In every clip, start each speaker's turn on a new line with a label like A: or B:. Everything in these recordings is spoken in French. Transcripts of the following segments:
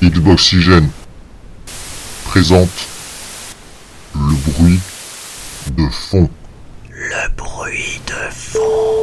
A: Xboxygène présente le bruit de fond.
B: Le bruit de fond.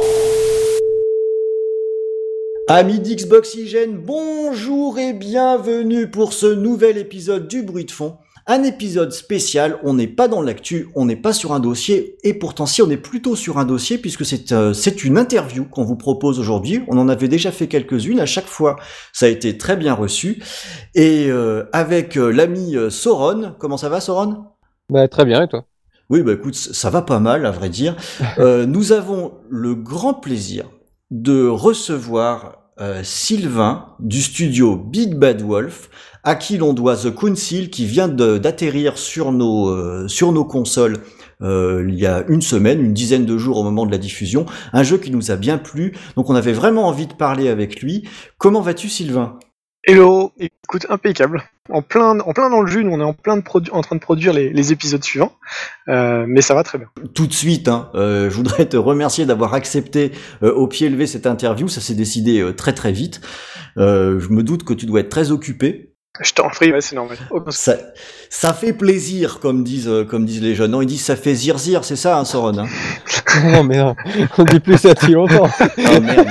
C: Amis d'Xboxygène, bonjour et bienvenue pour ce nouvel épisode du bruit de fond. Un épisode spécial, on n'est pas dans l'actu, on n'est pas sur un dossier, et pourtant si on est plutôt sur un dossier puisque c'est une interview qu'on vous propose aujourd'hui. On en avait déjà fait quelques-unes, à chaque fois ça a été très bien reçu. Et avec l'ami Sauron, comment ça va Sauron ?
D: Bah très bien, et toi ?
C: Oui, bah écoute, ça va pas mal à vrai dire. Nous avons le grand plaisir de recevoir Sylvain du studio Big Bad Wolf, à qui l'on doit The Council, qui vient d'atterrir sur nos consoles il y a une dizaine de jours au moment de la diffusion. Un jeu qui nous a bien plu, donc on avait vraiment envie de parler avec lui. Comment vas-tu Sylvain ?
E: Hello, écoute, impeccable. En plein dans le jus, nous on est en train de produire les épisodes suivants, mais ça va très bien.
C: Tout de suite, je voudrais te remercier d'avoir accepté au pied levé cette interview, ça s'est décidé très très vite. Je me doute que tu dois être très occupé.
E: Je t'en prie, ouais, c'est normal.
C: Ça fait plaisir, comme disent les jeunes. Non, ils disent ça fait zir, c'est ça, Sauron hein.
D: Non, mais non, on dit plus ça depuis longtemps.
C: Oh merde.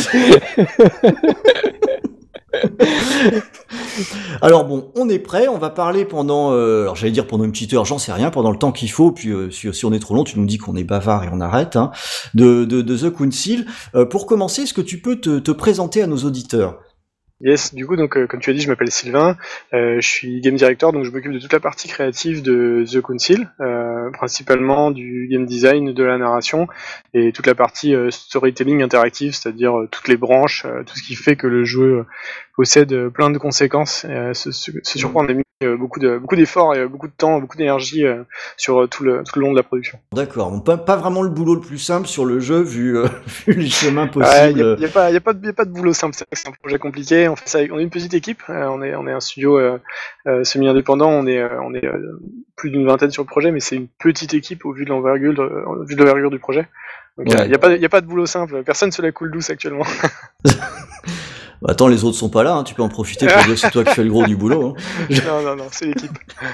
C: Alors bon, on est prêt, on va parler pendant, alors j'allais dire pendant une petite heure, j'en sais rien, pendant le temps qu'il faut, puis si on est trop long, tu nous dis qu'on est bavard et on arrête, de The Council. Pour commencer, est-ce que tu peux te présenter à nos auditeurs ?
E: Yes, du coup, donc comme tu as dit, je m'appelle Sylvain, je suis game director, donc je m'occupe de toute la partie créative de The Council, principalement du game design, de la narration, et toute la partie storytelling interactive, c'est-à-dire toutes les branches, tout ce qui fait que le jeu possède plein de conséquences. C'est sur quoi on a mis beaucoup d'efforts et beaucoup de temps, beaucoup d'énergie sur tout le long de la production.
C: D'accord, bon, pas vraiment le boulot le plus simple sur le jeu vu les chemins possibles.
E: Il y a pas de boulot simple, c'est un projet compliqué. On fait ça on est une petite équipe, on est un studio semi-indépendant, on est plus d'une vingtaine sur le projet, mais c'est une petite équipe au vu de l'envergure du projet. Donc il y a pas de boulot simple, personne se la coule douce actuellement.
C: Bah, attends, les autres sont pas là, tu peux en profiter pour dire que c'est toi qui fais le gros du boulot.
E: Non, c'est l'équipe.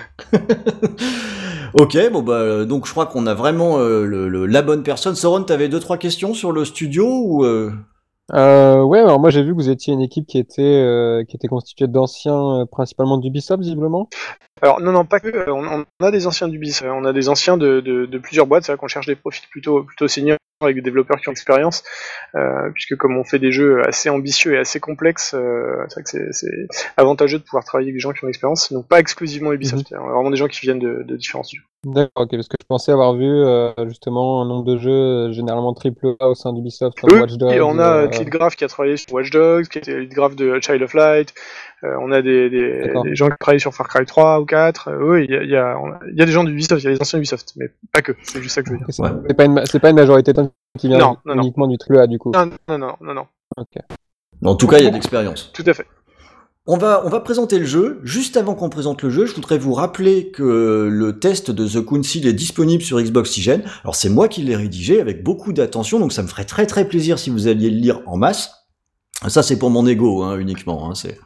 C: Ok, bon bah donc je crois qu'on a vraiment la bonne personne. Sauron, t'avais 2-3 questions sur le studio ou
D: Ouais, alors moi j'ai vu que vous étiez une équipe qui était constituée d'anciens, principalement d'Ubisoft visiblement.
E: Alors non, pas que. On a des anciens d'Ubisoft, on a des anciens de plusieurs boîtes. C'est vrai qu'on cherche des profils plutôt seniors avec des développeurs qui ont l'expérience, puisque comme on fait des jeux assez ambitieux et assez complexes, c'est vrai que c'est avantageux de pouvoir travailler avec des gens qui ont l'expérience. Donc pas exclusivement Ubisoft, on a vraiment des gens qui viennent de différents studios.
D: D'accord, ok, parce que je pensais avoir vu justement un nombre de jeux généralement AAA au sein d'Ubisoft comme Watch Dogs.
E: Et on a Clitgraph qui a travaillé sur Watch Dogs, qui était Clitgraph de Child of Light. On a des gens qui travaillent sur Far Cry 3 ou 4. Oui, il y a des gens d'Ubisoft, il y a des anciens Ubisoft, mais pas que. C'est juste ça que je veux dire.
D: Okay, c'est pas une majorité qui vient uniquement du AAA du coup.
E: Non.
D: Ok.
C: En tout cas, il y a de l'expérience.
E: Tout à fait.
C: On va présenter le jeu. Juste avant qu'on présente le jeu, je voudrais vous rappeler que le test de The Council est disponible sur Xboxygène. Alors c'est moi qui l'ai rédigé avec beaucoup d'attention, donc ça me ferait très très plaisir si vous alliez le lire en masse. Ça c'est pour mon ego uniquement, c'est.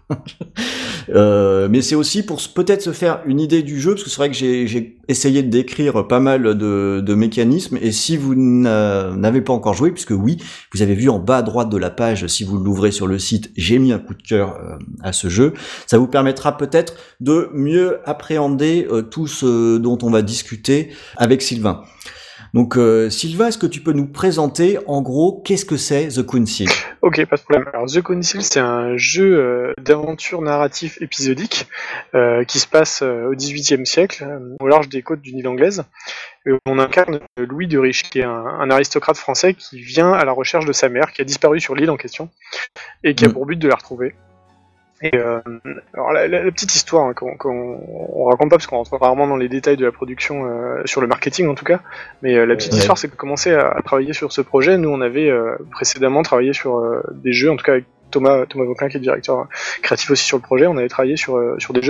C: Mais c'est aussi pour peut-être se faire une idée du jeu, parce que c'est vrai que j'ai essayé de décrire pas mal de mécanismes, et si vous n'avez pas encore joué, puisque oui, vous avez vu en bas à droite de la page, si vous l'ouvrez sur le site, j'ai mis un coup de cœur à ce jeu, ça vous permettra peut-être de mieux appréhender tout ce dont on va discuter avec Sylvain. Donc Sylvain, est-ce que tu peux nous présenter en gros qu'est-ce que c'est The Council ?
E: Ok, pas de problème. Alors The Council, c'est un jeu d'aventure narratif épisodique qui se passe au XVIIIe siècle, au large des côtes d'une île anglaise. On incarne Louis de Riche, qui est un aristocrate français qui vient à la recherche de sa mère, qui a disparu sur l'île en question, et qui a pour but de la retrouver. Et alors la petite histoire qu'on raconte pas parce qu'on rentre rarement dans les détails de la production sur le marketing en tout cas, mais la petite histoire c'est que commencer à travailler sur ce projet, nous on avait précédemment travaillé sur des jeux, en tout cas avec Thomas Vauquelin qui est directeur créatif aussi sur le projet, on avait travaillé sur des jeux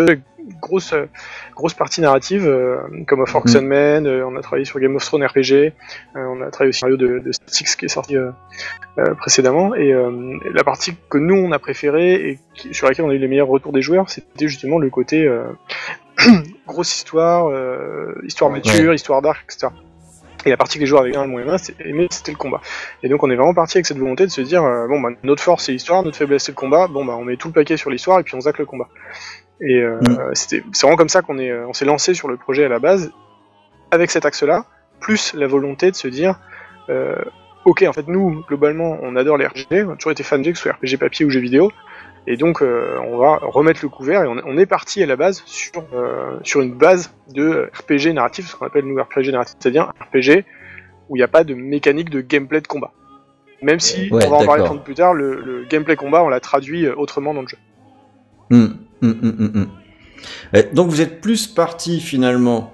E: grosse partie narrative, comme of Orcs and Men, on a travaillé sur Game of Thrones RPG, on a travaillé aussi sur le de Styx qui est sorti précédemment, et la partie que nous on a préférée et sur laquelle on a eu les meilleurs retours des joueurs, c'était justement le côté grosse histoire, histoire mature, histoire dark, etc. Et la partie que les joueurs avaient énormément aimé, c'était le combat. Et donc on est vraiment parti avec cette volonté de se dire, notre force c'est l'histoire, notre faiblesse c'est le combat, on met tout le paquet sur l'histoire et puis on zappe le combat. Et c'est vraiment comme ça on s'est lancé sur le projet à la base, avec cet axe-là, plus la volonté de se dire, ok, en fait nous, globalement, on adore les RPG, on a toujours été fan de que ce soit RPG papier ou jeux vidéo, et donc on va remettre le couvert, et on est parti à la base sur une base de RPG narratif, ce qu'on appelle nous RPG narratif, c'est-à-dire un RPG où il n'y a pas de mécanique de gameplay de combat. Même si, on va en parler un peu plus tard, le gameplay combat, on l'a traduit autrement dans le jeu.
C: Donc vous êtes plus parti finalement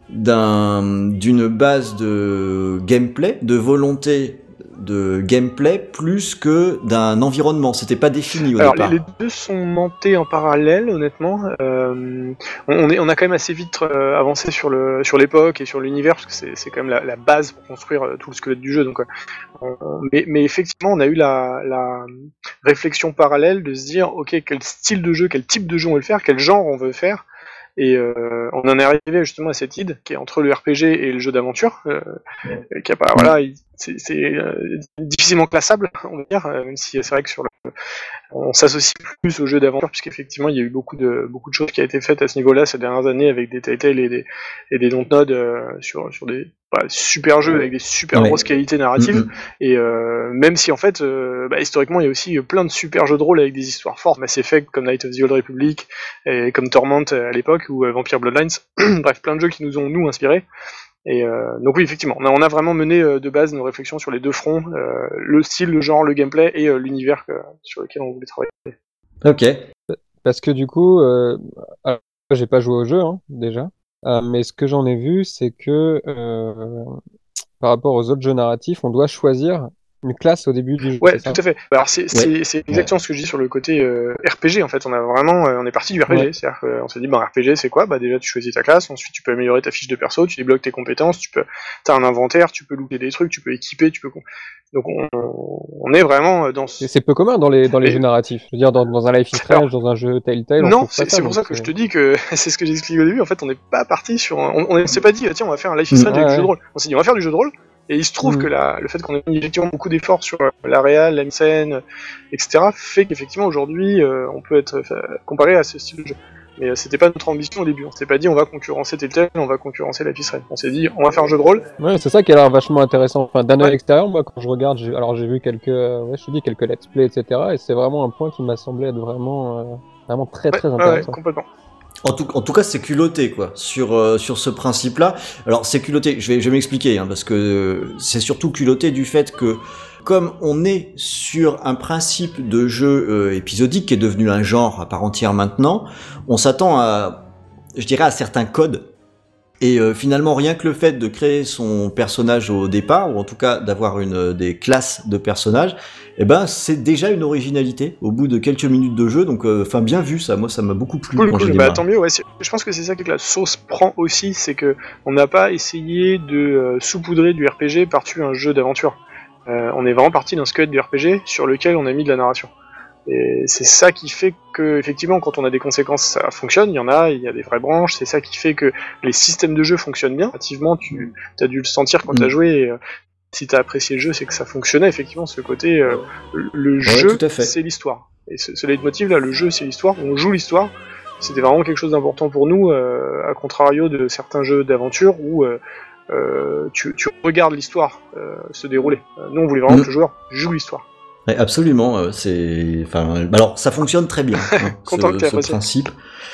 C: d'une base de gameplay, de volonté de gameplay, plus que d'un environnement. C'était pas défini au départ.
E: Les deux sont montés en parallèle, honnêtement. On a quand même assez vite avancé sur l'époque et sur l'univers, parce que c'est quand même la base pour construire tout le squelette du jeu. Donc, mais effectivement, on a eu la réflexion parallèle de se dire, ok, quel style de jeu, quel type de jeu on veut faire, quel genre on veut faire. Et on en est arrivé justement à cette idée qui est entre le RPG et le jeu d'aventure, qui a pas, c'est difficilement classable, on va dire, même si c'est vrai que on s'associe plus aux jeux d'aventure, puisqu'effectivement il y a eu beaucoup de choses qui a été faites à ce niveau-là ces dernières années avec des Telltale et des Dontnod sur des super jeux avec des super grosses qualités narratives. Et même si en fait historiquement il y a aussi plein de super jeux de rôle avec des histoires fortes, Mass Effect comme Knights of the Old Republic et comme Torment à l'époque, ou Vampire Bloodlines, bref, plein de jeux qui nous ont inspirés. Et donc oui, effectivement, on a vraiment mené de base nos réflexions sur les deux fronts, le style, le genre, le gameplay et l'univers sur lequel on voulait travailler.
C: Ok.
D: Parce que du coup, alors, j'ai pas joué au jeu déjà, mais ce que j'en ai vu, c'est que par rapport aux autres jeux narratifs, on doit choisir une classe au début du jeu.
E: Ouais, tout à fait. Alors c'est exactement ce que je dis sur le côté RPG en fait. On est parti du RPG. C'est-à-dire qu'on s'est dit RPG c'est quoi ? Déjà tu choisis ta classe, ensuite tu peux améliorer ta fiche de perso, tu débloques tes compétences, t'as un inventaire, tu peux looter des trucs, tu peux équiper, donc on est vraiment dans ce...
D: C'est peu commun dans les jeux narratifs. Je veux dire dans un Life is Strange, dans un jeu Telltale.
E: Non, c'est pour ça que je te dis que c'est ce que j'ai expliqué au début. En fait, on n'est pas parti sur on s'est pas dit tiens on va faire un Life is Strange avec du jeu de rôle. On s'est dit on va faire du jeu de rôle. Et il se trouve que le fait qu'on ait mis effectivement beaucoup d'efforts sur la réal, la mise en scène, etc., fait qu'effectivement aujourd'hui on peut être comparé à ce style de jeu. Mais c'était pas notre ambition au début. On s'est pas dit on va concurrencer Telltale, on va concurrencer Life is Strange. On s'est dit on va faire un jeu de rôle.
D: Ouais, c'est ça qui a l'air vachement intéressant. Enfin, d'un œil extérieur, moi quand je regarde, j'ai vu quelques let's play, etc. Et c'est vraiment un point qui m'a semblé être vraiment très très intéressant.
E: Ouais, complètement.
C: En tout cas, c'est culotté, quoi, sur ce principe-là. Alors, c'est culotté, je vais m'expliquer, parce que c'est surtout culotté du fait que, comme on est sur un principe de jeu épisodique qui est devenu un genre à part entière maintenant, on s'attend à certains codes. Et finalement, rien que le fait de créer son personnage au départ, ou en tout cas d'avoir des classes de personnages, c'est déjà une originalité au bout de quelques minutes de jeu. Donc, bien vu ça. Moi, ça m'a beaucoup plu quand j'ai démarré.
E: Tant mieux. Ouais, je pense que c'est ça que la sauce prend aussi, c'est que on n'a pas essayé de saupoudrer du RPG par-dessus un jeu d'aventure. On est vraiment parti d'un squelette du RPG sur lequel on a mis de la narration. Et c'est ça qui fait que, effectivement, quand on a des conséquences, ça fonctionne. Il y a des vraies branches. C'est ça qui fait que les systèmes de jeu fonctionnent bien. Activement, tu as dû le sentir quand tu as joué. Et, si tu as apprécié le jeu, c'est que ça fonctionnait, effectivement, ce côté. Le jeu, c'est l'histoire. Et ce leitmotiv là, le jeu, c'est l'histoire. On joue l'histoire. C'était vraiment quelque chose d'important pour nous, à contrario de certains jeux d'aventure où tu regardes l'histoire se dérouler. Nous, on voulait vraiment que le joueur joue l'histoire.
C: Ouais, absolument, alors ça fonctionne très bien, ce principe.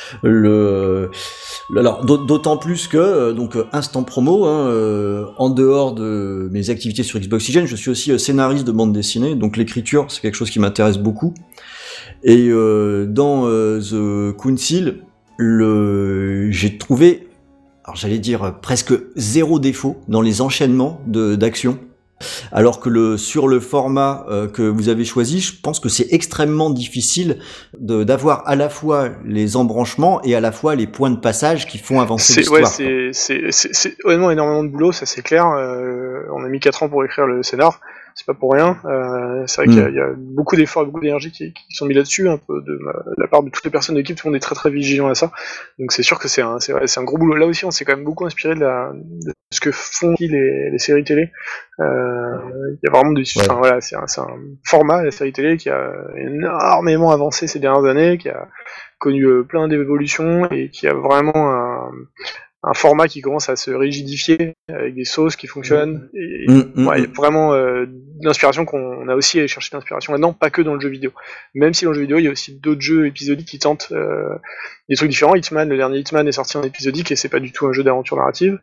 C: Alors d'autant plus que instant promo, en dehors de mes activités sur Xbox Oxygen, je suis aussi scénariste de bande dessinée, donc l'écriture c'est quelque chose qui m'intéresse beaucoup. Et dans The Council, j'ai trouvé, alors j'allais dire presque zéro défaut dans les enchaînements d'action. Alors que sur le format que vous avez choisi, je pense que c'est extrêmement difficile d'avoir à la fois les embranchements et à la fois les points de passage qui font avancer l'histoire.
E: C'est honnêtement énormément de boulot, ça c'est clair. On a mis 4 ans pour écrire le scénar, c'est pas pour rien. C'est vrai qu'il y a beaucoup d'efforts et beaucoup d'énergie qui sont mis là-dessus, un peu de la part de toutes les personnes de l'équipe, tout le monde est très très vigilant à ça. Donc c'est sûr que c'est un gros boulot. Là aussi, on s'est quand même beaucoup inspiré de ce que font les séries télé. Il y a vraiment voilà, c'est un format, la série télé, qui a énormément avancé ces dernières années, qui a connu plein d'évolutions et qui a vraiment un format qui commence à se rigidifier avec des sauces qui fonctionnent. Il y a vraiment l'inspiration qu'on a aussi cherché l'inspiration là-dedans, pas que dans le jeu vidéo. Même si dans le jeu vidéo, il y a aussi d'autres jeux épisodiques qui tentent des trucs différents. Hitman, le dernier Hitman est sorti en épisodique et c'est pas du tout un jeu d'aventure narrative.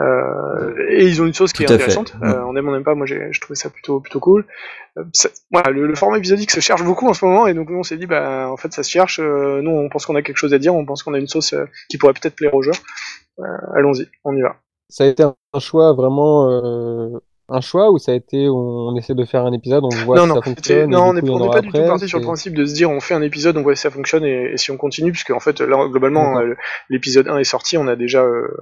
E: Et ils ont une sauce qui est intéressante. On aime, on n'aime pas. Moi, je trouvais ça plutôt cool. Voilà, le format épisodique se cherche beaucoup en ce moment et donc nous on s'est dit en fait ça se cherche. Nous on pense qu'on a quelque chose à dire, on pense qu'on a une sauce qui pourrait peut-être plaire aux joueurs. Allons-y, on y va.
D: Ça a été un choix vraiment un choix ou ça a été on essaie de faire un épisode, on voit si ça fonctionne.
E: Non, on n'est pas du tout parti sur le principe de se dire on fait un épisode, on voit si ça fonctionne et si on continue, puisque en fait là globalement l'épisode 1 est sorti, on a déjà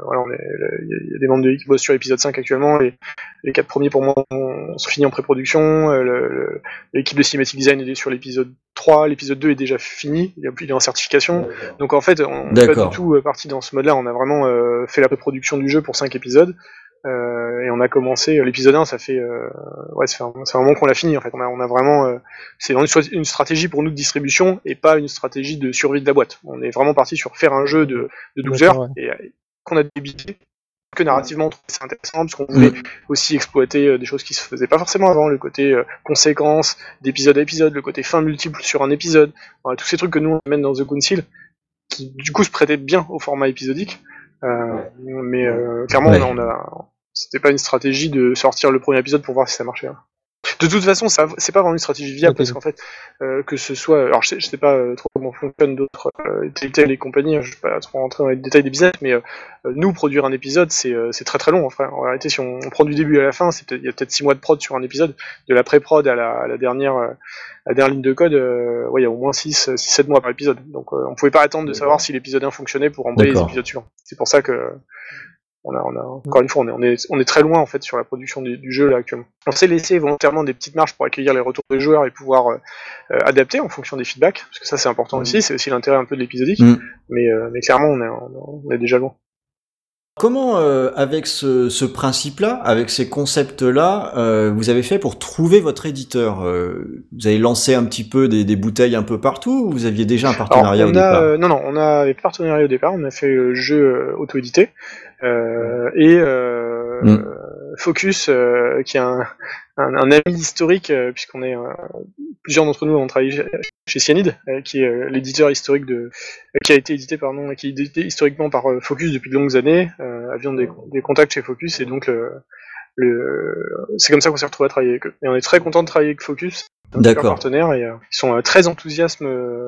E: il y a des membres de l'équipe qui bossent sur l'épisode 5 actuellement, et les 4 premiers pour moi on se finit en pré-production, l'équipe de Cinematic Design est sur l'épisode 3, l'épisode 2 est déjà fini, il est en certification, donc en fait on n'est pas du tout parti dans ce mode-là, on a vraiment fait la pré-production du jeu pour 5 épisodes. Et on a commencé l'épisode 1, ça fait c'est un moment qu'on l'a fini en fait. On a vraiment c'est une stratégie pour nous de distribution et pas une stratégie de survie de la boîte. On est vraiment parti sur faire un jeu de 12 heures et qu'on a débité, que narrativement on trouvait ça intéressant parce qu'on voulait aussi exploiter des choses qui se faisaient pas forcément avant, le côté conséquence d'épisode à épisode, le côté fin multiple sur un épisode, voilà, tous ces trucs que nous on amène dans The Council qui du coup se prêtaient bien au format épisodique. Mais clairement c'était pas une stratégie de sortir le premier épisode pour voir si ça marchait. De toute façon, c'est pas vraiment une stratégie viable parce qu'en fait, que ce soit, alors je sais pas trop comment fonctionnent d'autres Telltale et compagnie, je vais pas trop rentrer dans les détails des business, mais nous produire un épisode, c'est très très long. Enfin, en réalité, si on prend du début à la fin, il y a peut-être 6 mois de prod sur un épisode, de la pré-prod à la dernière ligne de code, il y a au moins 6-7 mois par épisode. Donc on pouvait pas attendre de savoir si l'épisode 1 fonctionnait pour emballer les épisodes suivants. C'est pour ça que on a encore une fois, on est très loin en fait sur la production du jeu là actuellement. On s'est laissé volontairement des petites marges pour accueillir les retours des joueurs et pouvoir adapter en fonction des feedbacks, parce que ça c'est important aussi, c'est aussi l'intérêt un peu de l'épisodique, mais clairement on est déjà loin.
C: Comment, avec ce principe-là, avec ces concepts-là, vous avez fait pour trouver votre éditeur vous avez lancé un petit peu des bouteilles un peu partout, ou vous aviez déjà un partenariat au départ?
E: Non, on a des partenariats au départ, on a fait le jeu auto-édité, et Focus, qui est un ami historique, puisqu'on est plusieurs d'entre nous ont travaillé chez Cyanide, qui est l'éditeur historique qui a été édité qui est édité historiquement par Focus depuis de longues années, avions des contacts chez Focus, et donc c'est comme ça qu'on s'est retrouvé à travailler avec eux. Et on est très content de travailler avec Focus, un super partenaire, et ils sont très enthousiastes.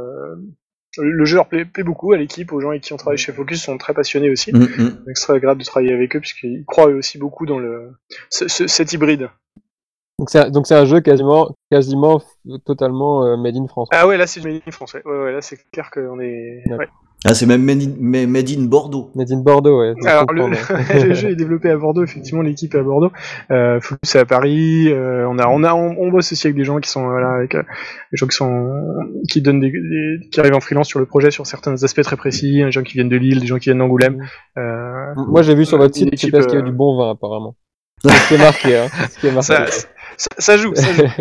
E: Le jeu leur plaît beaucoup à l'équipe, aux gens avec qui on travaille chez Focus sont très passionnés aussi. C'est très agréable de travailler avec eux puisqu'ils croient eux aussi beaucoup dans cet hybride.
D: Donc c'est un jeu quasiment totalement made in France.
E: Ah ouais, là c'est made in France. Ouais, là c'est clair qu'on est. Ouais.
C: Ah, c'est même made in Bordeaux.
D: Made in Bordeaux, ouais.
E: Alors le jeu est développé à Bordeaux, effectivement, l'équipe est à Bordeaux. Focus est à Paris. On bosse aussi avec des gens qui sont avec des gens qui donnent qui arrivent en freelance sur le projet sur certains aspects très précis, des gens qui viennent de Lille, des gens qui viennent d'Angoulême.
D: Moi j'ai vu sur votre site c'est parce qu'il y a du bon vin apparemment. C'est ce qui est marqué.
E: Ça joue.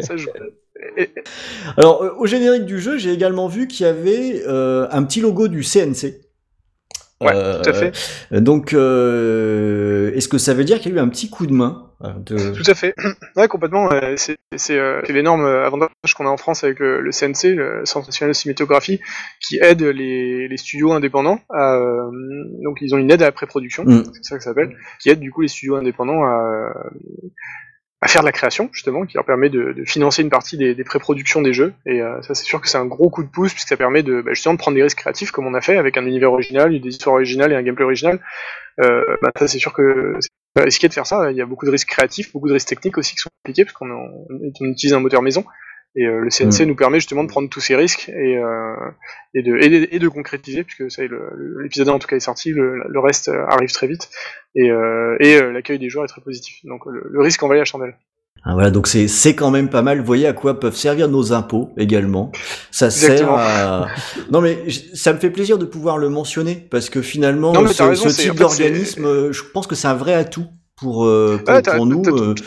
C: Alors, au générique du jeu, j'ai également vu qu'il y avait un petit logo du CNC.
E: Ouais, tout à fait.
C: Donc, est-ce que ça veut dire qu'il y a eu un petit coup de main
E: Tout à fait. Ouais, complètement. C'est l'énorme avantage qu'on a en France avec le CNC, le Centre national de cinématographie, qui aide les studios indépendants donc ils ont une aide à la pré-production, c'est ça que ça s'appelle, qui aide du coup les studios indépendants faire de la création, justement, qui leur permet de financer une partie des pré-productions des jeux. Et ça, c'est sûr que c'est un gros coup de pouce, puisque ça permet justement de prendre des risques créatifs, comme on a fait, avec un univers original, des histoires originales et un gameplay original. Ça, c'est sûr que c'est risqué de faire ça. Il y a beaucoup de risques créatifs, beaucoup de risques techniques aussi qui sont appliqués, parce qu'on utilise un moteur maison. Et le CNC nous permet justement de prendre tous ces risques et de concrétiser, puisque ça, l'épisode 1 en tout cas est sorti, le reste arrive très vite, et l'accueil des joueurs est très positif. Donc le risque en vaut la chandelle.
C: Ah, voilà, donc c'est quand même pas mal. Vous voyez à quoi peuvent servir nos impôts également. Ça
E: Exactement.
C: sert à... Non mais ça me fait plaisir de pouvoir le mentionner, parce que finalement,
E: Non, mais t'as raison,
C: ce type
E: en fait,
C: d'organisme, je pense que c'est un vrai atout pour nous.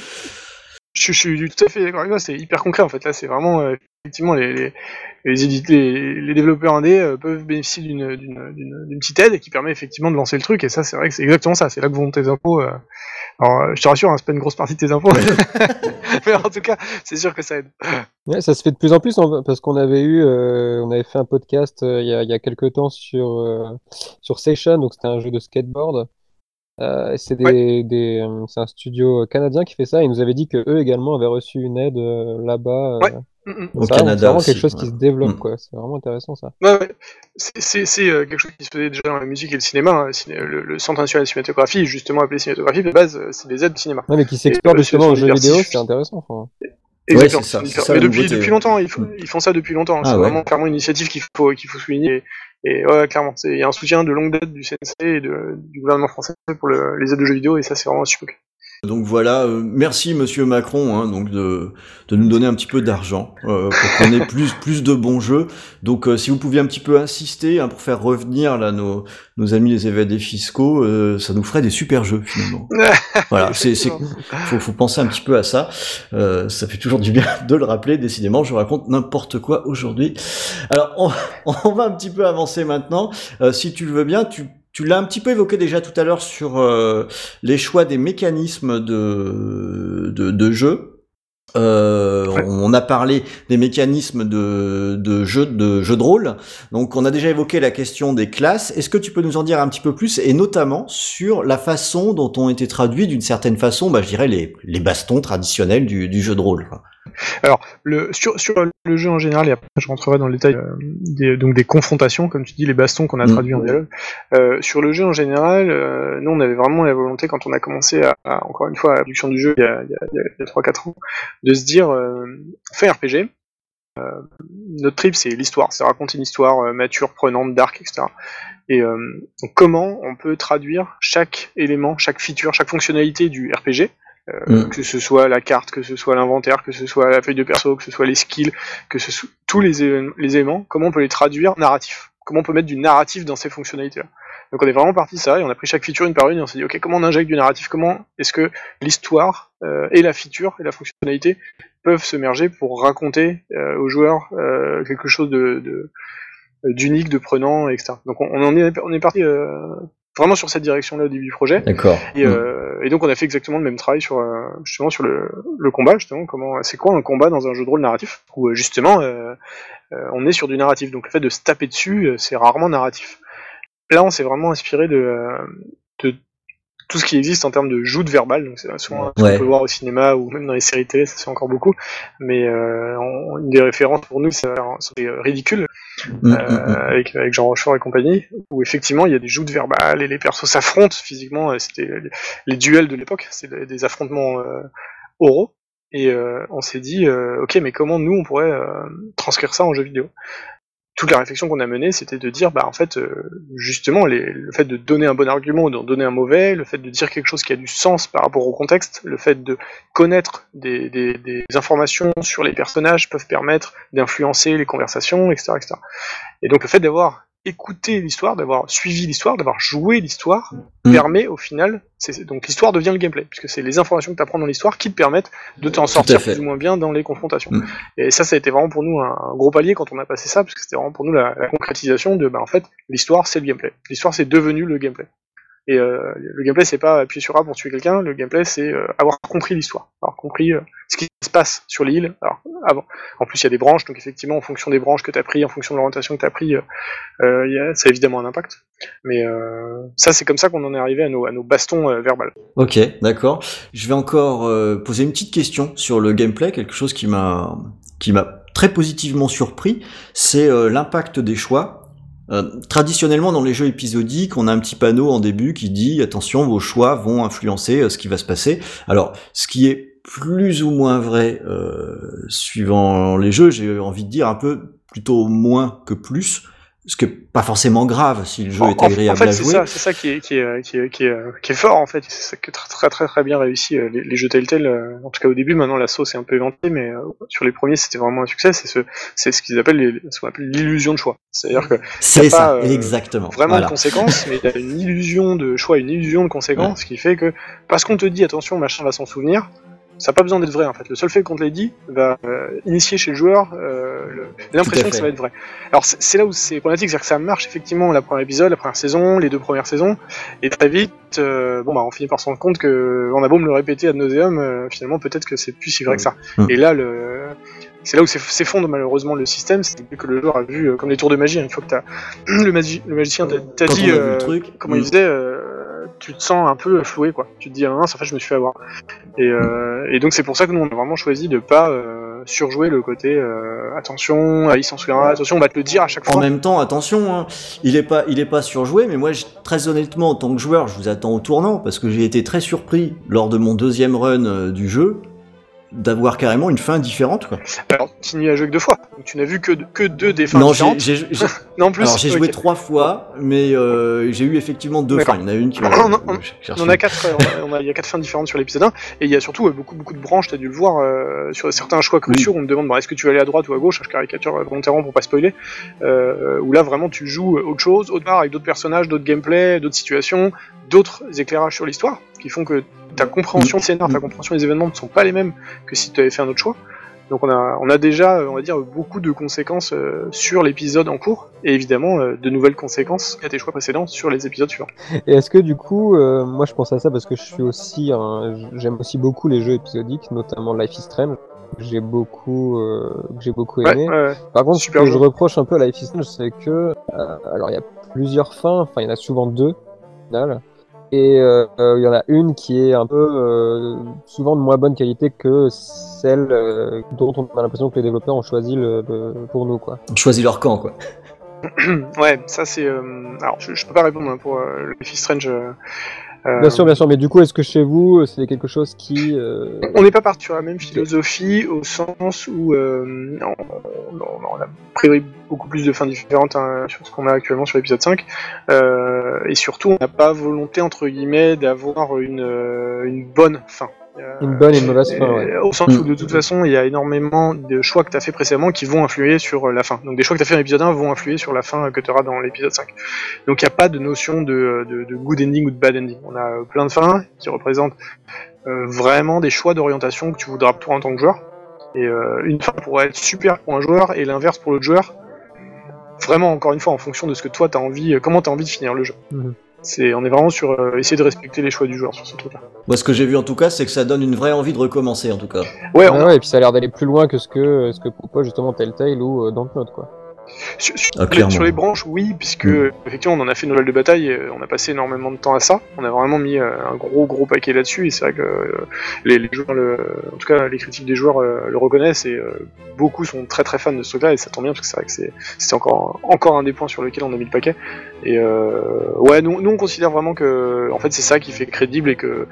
E: Je suis tout à fait d'accord avec toi, c'est hyper concret en fait. Là, c'est vraiment effectivement les développeurs indés peuvent bénéficier d'une petite aide qui permet effectivement de lancer le truc. Et ça, c'est vrai que c'est exactement ça. C'est là que vont tes impôts. Alors, je te rassure, hein, c'est pas une grosse partie de tes impôts, mais en tout cas, c'est sûr que ça aide.
D: Ouais, ça se fait de plus en plus parce qu'on avait fait un podcast il y a quelques temps sur Session, donc c'était un jeu de skateboard. C'est c'est un studio canadien qui fait ça. Ils nous avaient dit que eux également avaient reçu une aide là-bas.
E: Ouais.
C: Au
D: C'est
C: Canada
D: vraiment
C: aussi,
D: quelque chose qui
C: ouais.
D: se développe, quoi. C'est vraiment intéressant, ça.
E: Ouais. C'est quelque chose qui se faisait déjà dans la musique et le cinéma. Hein. Le Centre national de cinématographie, justement appelé cinématographie, de base, c'est des aides de cinéma.
D: Ouais, mais qui s'exportent justement aux jeux vidéo, c'est intéressant. Enfin.
E: Exactement.
C: Ouais, c'est ça
E: Mais
C: la
E: depuis longtemps, ils font ça depuis longtemps. C'est vraiment clairement une initiative qu'il faut souligner. Et ouais, clairement, il y a un soutien de longue date du CNC et du gouvernement français pour les aides de jeux vidéo, et ça, c'est vraiment super.
C: Donc voilà, merci Monsieur Macron, hein, donc de nous donner un petit peu d'argent pour qu'on ait plus de bons jeux. Donc si vous pouviez un petit peu insister pour faire revenir là nos amis les évadés fiscaux, ça nous ferait des super jeux finalement. Voilà, faut penser un petit peu à ça. Ça fait toujours du bien de le rappeler. Décidément, je raconte n'importe quoi aujourd'hui. Alors on va un petit peu avancer maintenant. Si tu le veux bien, tu l'as un petit peu évoqué déjà tout à l'heure sur les choix des mécanismes de jeu. On a parlé des mécanismes de jeu de rôle. Donc on a déjà évoqué la question des classes. Est-ce que tu peux nous en dire un petit peu plus, et notamment sur la façon dont ont été traduits d'une certaine façon, je dirais les bastons traditionnels du jeu de rôle.
E: Alors, sur le jeu en général, et après je rentrerai dans le détail des confrontations, comme tu dis, les bastons qu'on a traduits en dialogue. Sur le jeu en général, nous on avait vraiment la volonté, quand on a commencé encore une fois, à la production du jeu il y a 3-4 ans, de se dire, fait RPG, notre trip c'est l'histoire, c'est raconter une histoire mature, prenante, dark, etc. Et donc comment on peut traduire chaque élément, chaque feature, chaque fonctionnalité du RPG, que ce soit la carte, que ce soit l'inventaire, que ce soit la feuille de perso, que ce soit les skills, que ce soit tous les éléments, comment on peut les traduire narratif, comment on peut mettre du narratif dans ces fonctionnalités-là. Donc on est vraiment parti de ça, et on a pris chaque feature une par une, et on s'est dit, ok, comment on injecte du narratif, comment est-ce que l'histoire et la feature et la fonctionnalité peuvent se merger pour raconter aux joueurs quelque chose d'unique, de prenant, etc. Donc on est parti vraiment sur cette direction-là au début du projet.
C: D'accord.
E: Et donc on a fait exactement le même travail sur justement sur le combat, justement, c'est quoi un combat dans un jeu de rôle narratif, où justement on est sur du narratif, donc le fait de se taper dessus, c'est rarement narratif. Là on s'est vraiment inspiré de tout ce qui existe en termes de joute verbale, donc c'est souvent ce qu'on peut voir au cinéma ou même dans les séries télé, ça se fait encore beaucoup, mais une des références pour nous c'est Ridicule, avec Jean Rochefort et compagnie, où effectivement il y a des joutes verbales et les persos s'affrontent physiquement, c'était les duels de l'époque, c'est des affrontements oraux, et on s'est dit ok, mais comment nous on pourrait transcrire ça en jeu vidéo. Toute la réflexion qu'on a menée, c'était de dire, en fait, justement, le fait de donner un bon argument ou d'en donner un mauvais, le fait de dire quelque chose qui a du sens par rapport au contexte, le fait de connaître des informations sur les personnages peuvent permettre d'influencer les conversations, etc., etc. Et donc le fait d'avoir écouté l'histoire, d'avoir suivi l'histoire, d'avoir joué l'histoire, permet au final, donc l'histoire devient le gameplay, puisque c'est les informations que tu apprends dans l'histoire qui te permettent de t'en sortir plus ou moins bien dans les confrontations. Et ça a été vraiment pour nous un gros palier quand on a passé ça, parce que c'était vraiment pour nous la concrétisation de, en fait, l'histoire c'est le gameplay. L'histoire c'est devenu le gameplay. Et le gameplay, c'est pas appuyer sur A pour tuer quelqu'un. Le gameplay, c'est avoir compris l'histoire, avoir compris ce qui se passe sur l'île. Alors, avant. En plus, il y a des branches, donc effectivement, en fonction des branches que tu as pris, en fonction de l'orientation que tu as pris, ça a évidemment un impact. Mais ça, c'est comme ça qu'on en est arrivé à nos bastons verbales.
C: Ok, d'accord. Je vais encore poser une petite question sur le gameplay, quelque chose qui m'a très positivement surpris, c'est l'impact des choix. Traditionnellement, dans les jeux épisodiques, on a un petit panneau en début qui dit attention, vos choix vont influencer ce qui va se passer. Alors, ce qui est plus ou moins vrai suivant les jeux, j'ai envie de dire un peu plutôt moins que plus, ce qui est pas forcément grave si le jeu est agréable à jouer.
E: C'est ça qui est fort en fait. C'est ça qui est très bien réussi. Les jeux Telltale, en tout cas au début, maintenant la sauce est un peu éventée, mais sur les premiers c'était vraiment un succès. C'est ce qu'ils appellent ce qu'on appelle l'illusion de choix. C'est-à-dire que
C: c'est ça, exactement.
E: Vraiment de conséquences, mais il y a une illusion de choix, une illusion de conséquences, qui fait que parce qu'on te dit attention, machin va s'en souvenir. Ça n'a pas besoin d'être vrai en fait. Le seul fait qu'on te l'ait dit va initier chez le joueur l'impression que ça va être vrai. Alors c'est là où c'est problématique, c'est-à-dire que ça marche effectivement la première épisode, la première saison, les 2 premières saisons, et très vite, on finit par se rendre compte que on a beau me le répéter ad nauseam, finalement peut-être que c'est plus si vrai que ça. Et là c'est là où s'effondre malheureusement le système, c'est que le joueur a vu comme les tours de magie. Une fois que le magicien t'a dit comment il faisait. Tu te sens un peu floué quoi. Tu te dis en fait je me suis fait avoir. Et donc c'est pour ça que nous on a vraiment choisi de pas surjouer le côté attention, il s'en souviendra, attention on va te le dire à chaque fois.
C: En même temps attention, hein, il est pas surjoué, mais moi très honnêtement en tant que joueur je vous attends au tournant parce que j'ai été très surpris lors de mon 2e run du jeu d'avoir carrément une fin différente quoi.
E: Alors tu n'y as joué que 2 fois, donc tu n'as vu que 2 des fins différentes.
C: Non, plus. Alors j'ai joué 3 fois, mais j'ai eu effectivement 2 fins. Il y en a une qui m'a.
E: On a 4. Il y a 4 fins différentes sur l'épisode 1, et il y a surtout beaucoup de branches. T'as dû le voir sur certains choix cruciaux. On me demande est-ce que tu vas aller à droite ou à gauche. Je caricature volontairement pour pas spoiler. Où là vraiment tu joues autre chose, autre part avec d'autres personnages, d'autres gameplay, d'autres situations, d'autres éclairages sur l'histoire, qui font que ta compréhension du scénar, ta compréhension des événements ne sont pas les mêmes que si tu avais fait un autre choix. Donc on a déjà, on va dire, beaucoup de conséquences sur l'épisode en cours, et évidemment de nouvelles conséquences à tes choix précédents sur les épisodes suivants.
D: Et est-ce que du coup, moi je pense à ça parce que j'aime aussi beaucoup les jeux épisodiques, notamment Life is Strange, que j'ai beaucoup aimé. Par contre, ce que je reproche un peu à Life is Strange, c'est que, alors il y a plusieurs fins, enfin il y en a souvent 2 au final. Et il y en a une qui est un peu souvent de moins bonne qualité que celle dont on a l'impression que les développeurs ont choisi pour nous quoi.
C: Ils ont choisi leur camp quoi.
E: Ouais, ça c'est. Alors je peux pas répondre pour Life is Strange.
D: Bien sûr, mais du coup, est-ce que chez vous, c'est quelque chose qui...
E: On n'est pas parti sur la même philosophie, au sens où on a priori beaucoup plus de fins différentes sur ce qu'on a actuellement sur l'épisode 5, et surtout, on n'a pas volonté, entre guillemets, d'avoir une bonne fin.
D: Une bonne et une mauvaise fin, ouais.
E: Au sens où de toute façon il y a énormément de choix que tu as fait précédemment qui vont influer sur la fin. Donc des choix que tu as fait dans l'épisode 1 vont influer sur la fin que tu auras dans l'épisode 5. Donc il n'y a pas de notion de good ending ou de bad ending. On a plein de fins qui représentent vraiment des choix d'orientation que tu voudras toi en tant que joueur. Et une fin pourrait être super pour un joueur et l'inverse pour l'autre joueur. Vraiment, encore une fois, en fonction de ce que toi t'as envie, comment t'as envie de finir le jeu. On est vraiment sur essayer de respecter les choix du joueur sur ce truc-là.
C: Moi, ce que j'ai vu en tout cas, c'est que ça donne une vraie envie de recommencer en tout cas.
D: Ouais, et puis ça a l'air d'aller plus loin que ce que propose justement Telltale ou Dontnod quoi.
E: Sur les branches, oui, puisque effectivement on en a fait une nouvelle de bataille, on a passé énormément de temps à ça, on a vraiment mis un gros paquet là-dessus, et c'est vrai que les joueurs, en tout cas les critiques des joueurs le reconnaissent, et beaucoup sont très fans de ce truc-là, et ça tombe bien parce que c'est vrai que c'est encore un des points sur lequel on a mis le paquet. Et ouais, nous on considère vraiment que en fait c'est ça qui fait crédible, et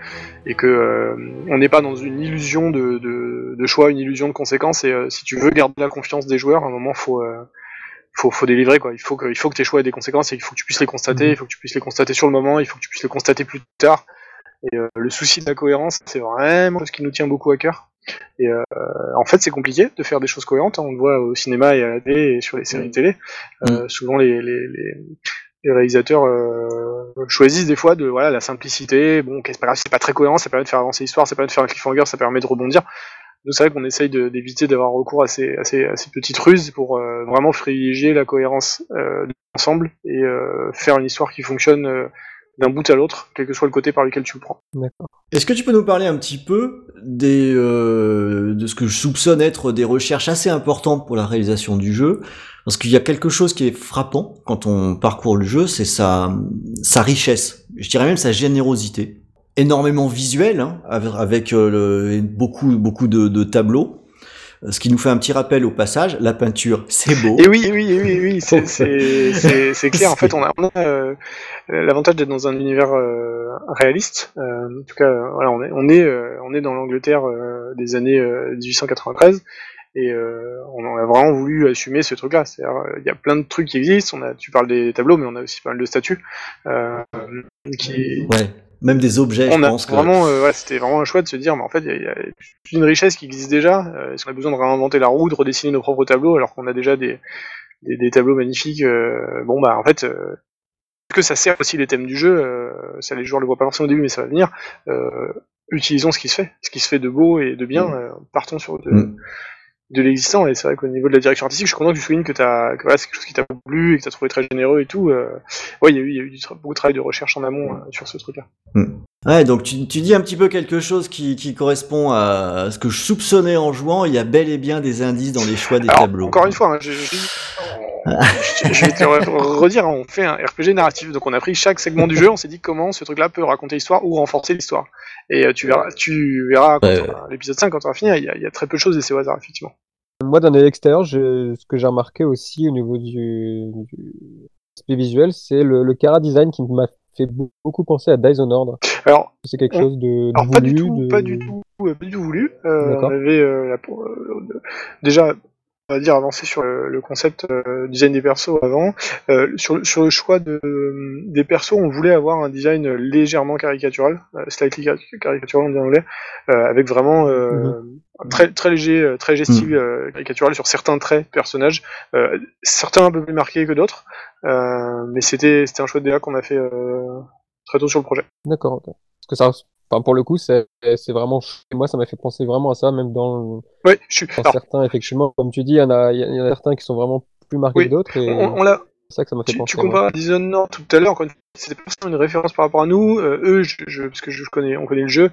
E: que on n'est pas dans une illusion de choix, une illusion de conséquences, et si tu veux garder la confiance des joueurs, à un moment faut délivrer quoi. Il faut que tes choix aient des conséquences, et il faut que tu puisses les constater, il faut que tu puisses les constater sur le moment, il faut que tu puisses les constater plus tard. Et le souci de la cohérence, c'est vraiment ce qui nous tient beaucoup à cœur. Et en fait, c'est compliqué de faire des choses cohérentes, hein. On le voit au cinéma et à la télé et sur les séries télé. Souvent les réalisateurs choisissent des fois de la simplicité. Bon, ok, c'est pas grave, c'est pas très cohérent, ça permet de faire avancer l'histoire, ça permet de faire un cliffhanger, ça permet de rebondir. Donc c'est vrai qu'on essaye d'éviter d'avoir recours à ces petites ruses pour vraiment privilégier la cohérence de l'ensemble, et faire une histoire qui fonctionne d'un bout à l'autre, quel que soit le côté par lequel tu le prends.
D: D'accord.
C: Est-ce que tu peux nous parler un petit peu de ce que je soupçonne être des recherches assez importantes pour la réalisation du jeu? Parce qu'il y a quelque chose qui est frappant quand on parcourt le jeu, c'est sa richesse. Je dirais même sa générosité. Énormément visuel, hein, avec beaucoup de tableaux. Ce qui nous fait un petit rappel au passage, la peinture, c'est beau.
E: Et oui, c'est clair. En fait, on a l'avantage d'être dans un univers réaliste. En tout cas, voilà, on est dans l'Angleterre des années 1893. Et on a vraiment voulu assumer ce truc-là. C'est-à-dire, il y a plein de trucs qui existent. Tu parles des tableaux, mais on a aussi pas mal de statues qui.
C: Ouais. Même des objets, je pense.
E: Vraiment, c'était vraiment un choix de se dire, mais en fait, il y a une richesse qui existe déjà. Est-ce qu'on a besoin de réinventer la roue, de redessiner nos propres tableaux, alors qu'on a déjà des tableaux magnifiques. En fait, est-ce que ça sert aussi les thèmes du jeu ça, les joueurs le voient pas forcément au début, mais ça va venir. Utilisons ce qui se fait de beau et de bien. Partons sur de l'existant, et c'est vrai qu'au niveau de la direction artistique, je suis content que tu soulignes que c'est quelque chose qui t'a plu et que t'as trouvé très généreux et tout. Il y a eu beaucoup de travail de recherche en amont sur ce truc-là.
C: Ouais, donc tu dis un petit peu quelque chose qui correspond à ce que je soupçonnais en jouant. Il y a bel et bien des indices dans les choix des tableaux.
E: Encore une fois, hein, je vais te redire, on fait un RPG narratif, donc on a pris chaque segment du jeu, on s'est dit comment ce truc-là peut raconter l'histoire ou renforcer l'histoire. Et tu verras quand l'épisode 5, quand on va finir, il y a très peu de choses et c'est au hasard, effectivement.
D: Moi, d'un œil extérieur, ce que j'ai remarqué aussi au niveau du aspect visuel, c'est le chara design qui m'a fait beaucoup penser à Dishonored.
E: Alors,
D: c'est quelque chose de
E: alors
D: voulu,
E: pas du tout voulu. On avait déjà, on va dire, avancé sur le concept design des persos avant. Sur le choix des persos, on voulait avoir un design légèrement caricatural, slightly caricatural en dit en anglais, avec vraiment très très léger, très style caricatural sur certains traits de personnages, certains un peu plus marqués que d'autres, mais c'était un choix de DA qu'on a fait très tôt sur le projet.
D: D'accord, ok. Parce que ça, pour le coup, c'est vraiment. Moi, ça m'a fait penser vraiment à ça, même dans.
E: Oui,
D: certains, effectivement, comme tu dis, il y en a certains qui sont vraiment plus marqués que d'autres. Et c'est ça que ça m'a fait penser.
E: Tu compares à Dishonored tout à l'heure, encore une fois, c'était pas forcément une référence par rapport à nous. Eux, parce que on connaît le jeu,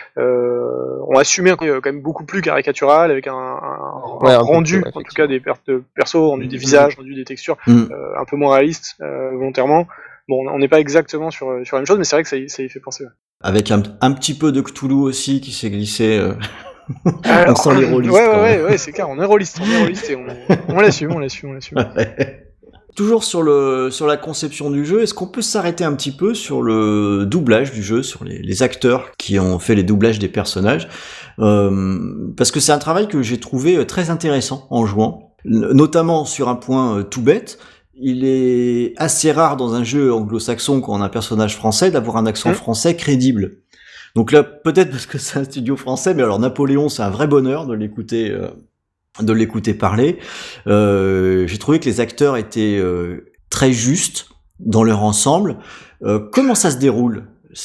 E: ont assumé quand même beaucoup plus caricatural, avec un rendu, en tout cas des persos, rendu des visages, rendu des textures un peu moins réalistes, volontairement. Bon, on n'est pas exactement sur la même chose, mais c'est vrai que ça y fait penser. Ouais.
C: Avec un petit peu de Cthulhu aussi qui s'est glissé. On sent les rôlistes.
E: Ouais, c'est clair, on est rôliste et on l'assume.
C: Ouais. Toujours sur la conception du jeu, est-ce qu'on peut s'arrêter un petit peu sur le doublage du jeu, sur les acteurs qui ont fait les doublages des personnages, parce que c'est un travail que j'ai trouvé très intéressant en jouant, notamment sur un point tout bête. Il est assez rare dans un jeu anglo-saxon quand on a un personnage français d'avoir un accent français crédible. Donc là, peut-être parce que c'est un studio français, mais alors Napoléon, c'est un vrai bonheur de l'écouter parler. J'ai trouvé que les acteurs étaient très justes dans leur ensemble. Comment ça se déroule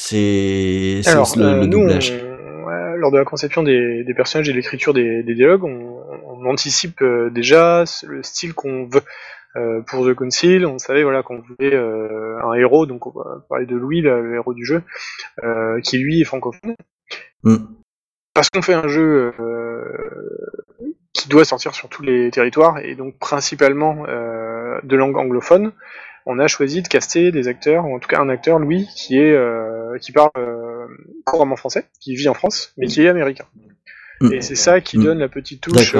C: le doublage?
E: Lors de la conception des personnages et de l'écriture des dialogues, on anticipe déjà le style qu'on veut. Pour The Council, on savait qu'on voulait un héros, donc on va parler de Louis, le héros du jeu, qui lui est francophone. Parce qu'on fait un jeu qui doit sortir sur tous les territoires, et donc principalement de langue anglophone, on a choisi de caster des acteurs, ou en tout cas un acteur, Louis, qui parle couramment français, qui vit en France, mais qui est américain. Et c'est ça qui donne la petite touche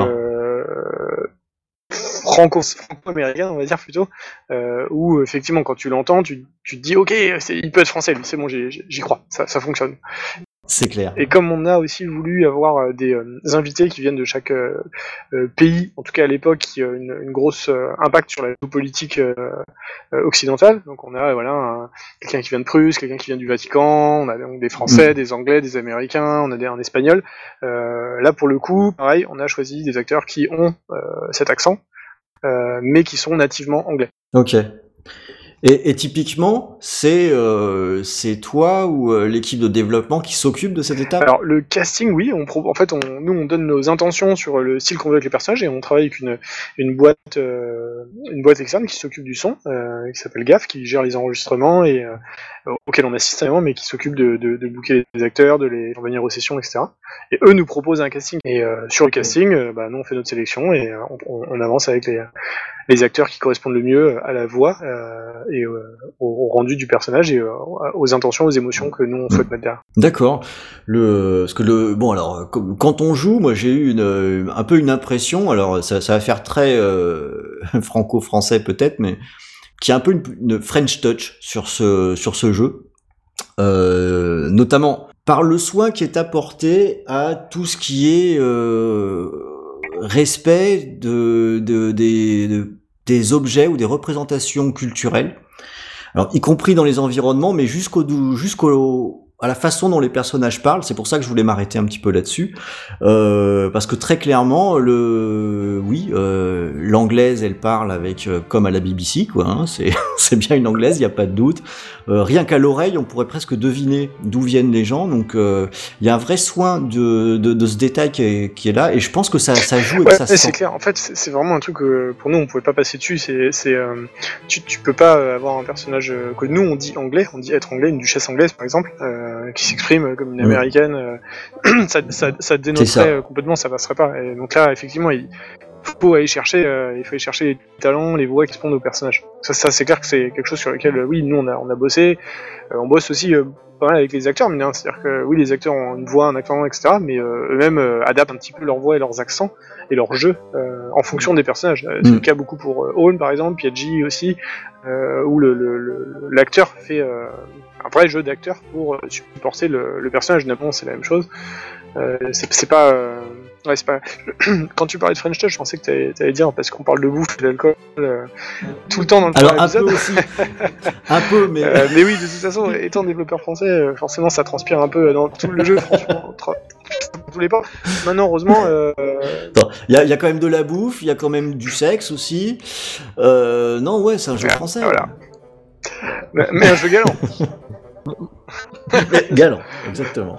E: franco-américaine, on va dire plutôt, où effectivement quand tu l'entends, tu te dis ok, il peut être français, lui, c'est bon, j'y crois, ça fonctionne.
C: C'est clair.
E: Et comme on a aussi voulu avoir des invités qui viennent de chaque pays, en tout cas à l'époque, qui a une grosse impact sur la politique occidentale, donc on a quelqu'un qui vient de Prusse, quelqu'un qui vient du Vatican, on a donc des Français, des Anglais, des Américains, on a un Espagnol. Là pour le coup, pareil, on a choisi des acteurs qui ont cet accent, mais qui sont nativement anglais.
C: Ok. Et typiquement, c'est toi ou l'équipe de développement qui s'occupe de cette étape?
E: Alors le casting, oui, en fait, nous on donne nos intentions sur le style qu'on veut avec les personnages et on travaille avec une boîte externe qui s'occupe du son, qui s'appelle GAF, qui gère les enregistrements et auquel on assiste évidemment, mais qui s'occupe de booker les acteurs, de les faire venir aux sessions, etc. Et eux nous proposent un casting. Et sur le casting, nous on fait notre sélection et on avance avec les acteurs qui correspondent le mieux à la voix et au rendu du personnage et aux intentions, aux émotions que nous on souhaite mettre derrière.
C: D'accord. Bon alors quand on joue, moi j'ai eu un peu une impression. Alors ça va faire très franco-français peut-être, mais qui a un peu une French touch sur ce jeu, notamment par le soin qui est apporté à tout ce qui est respect des objets ou des représentations culturelles. Alors, y compris dans les environnements, mais à la façon dont les personnages parlent. C'est pour ça que je voulais m'arrêter un petit peu là-dessus, parce que très clairement, l'anglaise, elle parle avec comme à la BBC, quoi. Hein, c'est bien une anglaise, il y a pas de doute. Rien qu'à l'oreille, on pourrait presque deviner d'où viennent les gens. Donc, il y a un vrai soin de ce détail qui est là, et je pense que ça joue et que ça se sent.
E: C'est clair. En fait, c'est vraiment un truc que pour nous on pouvait pas passer dessus. Tu peux pas avoir un personnage que nous on dit anglais, on dit être anglais, une duchesse anglaise par exemple, qui s'exprime comme une américaine. Ça dénoterait complètement, ça passerait pas. Et donc là, effectivement, il faut aller chercher les talents, les voix qui correspondent aux personnages. Ça c'est clair que c'est quelque chose sur lequel, oui, nous on a bossé. On bosse aussi pas mal avec les acteurs, mais c'est-à-dire que oui, les acteurs ont une voix, un accent, etc. Mais eux-mêmes adaptent un petit peu leur voix et leurs accents et leur jeu en fonction des personnages. C'est le cas beaucoup pour Owen par exemple, Piaggi aussi, où l'acteur fait un vrai jeu d'acteur pour supporter le personnage. Napoléon, c'est la même chose. C'est pas. C'est pas. Quand tu parlais de French Touch, je pensais que t'allais dire parce qu'on parle de bouffe et d'alcool tout le temps dans le
C: premier épisode. Alors un peu aussi. Un peu, mais.
E: Mais oui, de toute façon, étant développeur français, forcément, ça transpire un peu dans tout le jeu, franchement. Tous les pas. Maintenant, heureusement.
C: Il y a quand même de la bouffe, il y a quand même du sexe aussi. Non, ouais, c'est un jeu français.
E: Voilà. Mais un jeu galant.
C: Galant, exactement.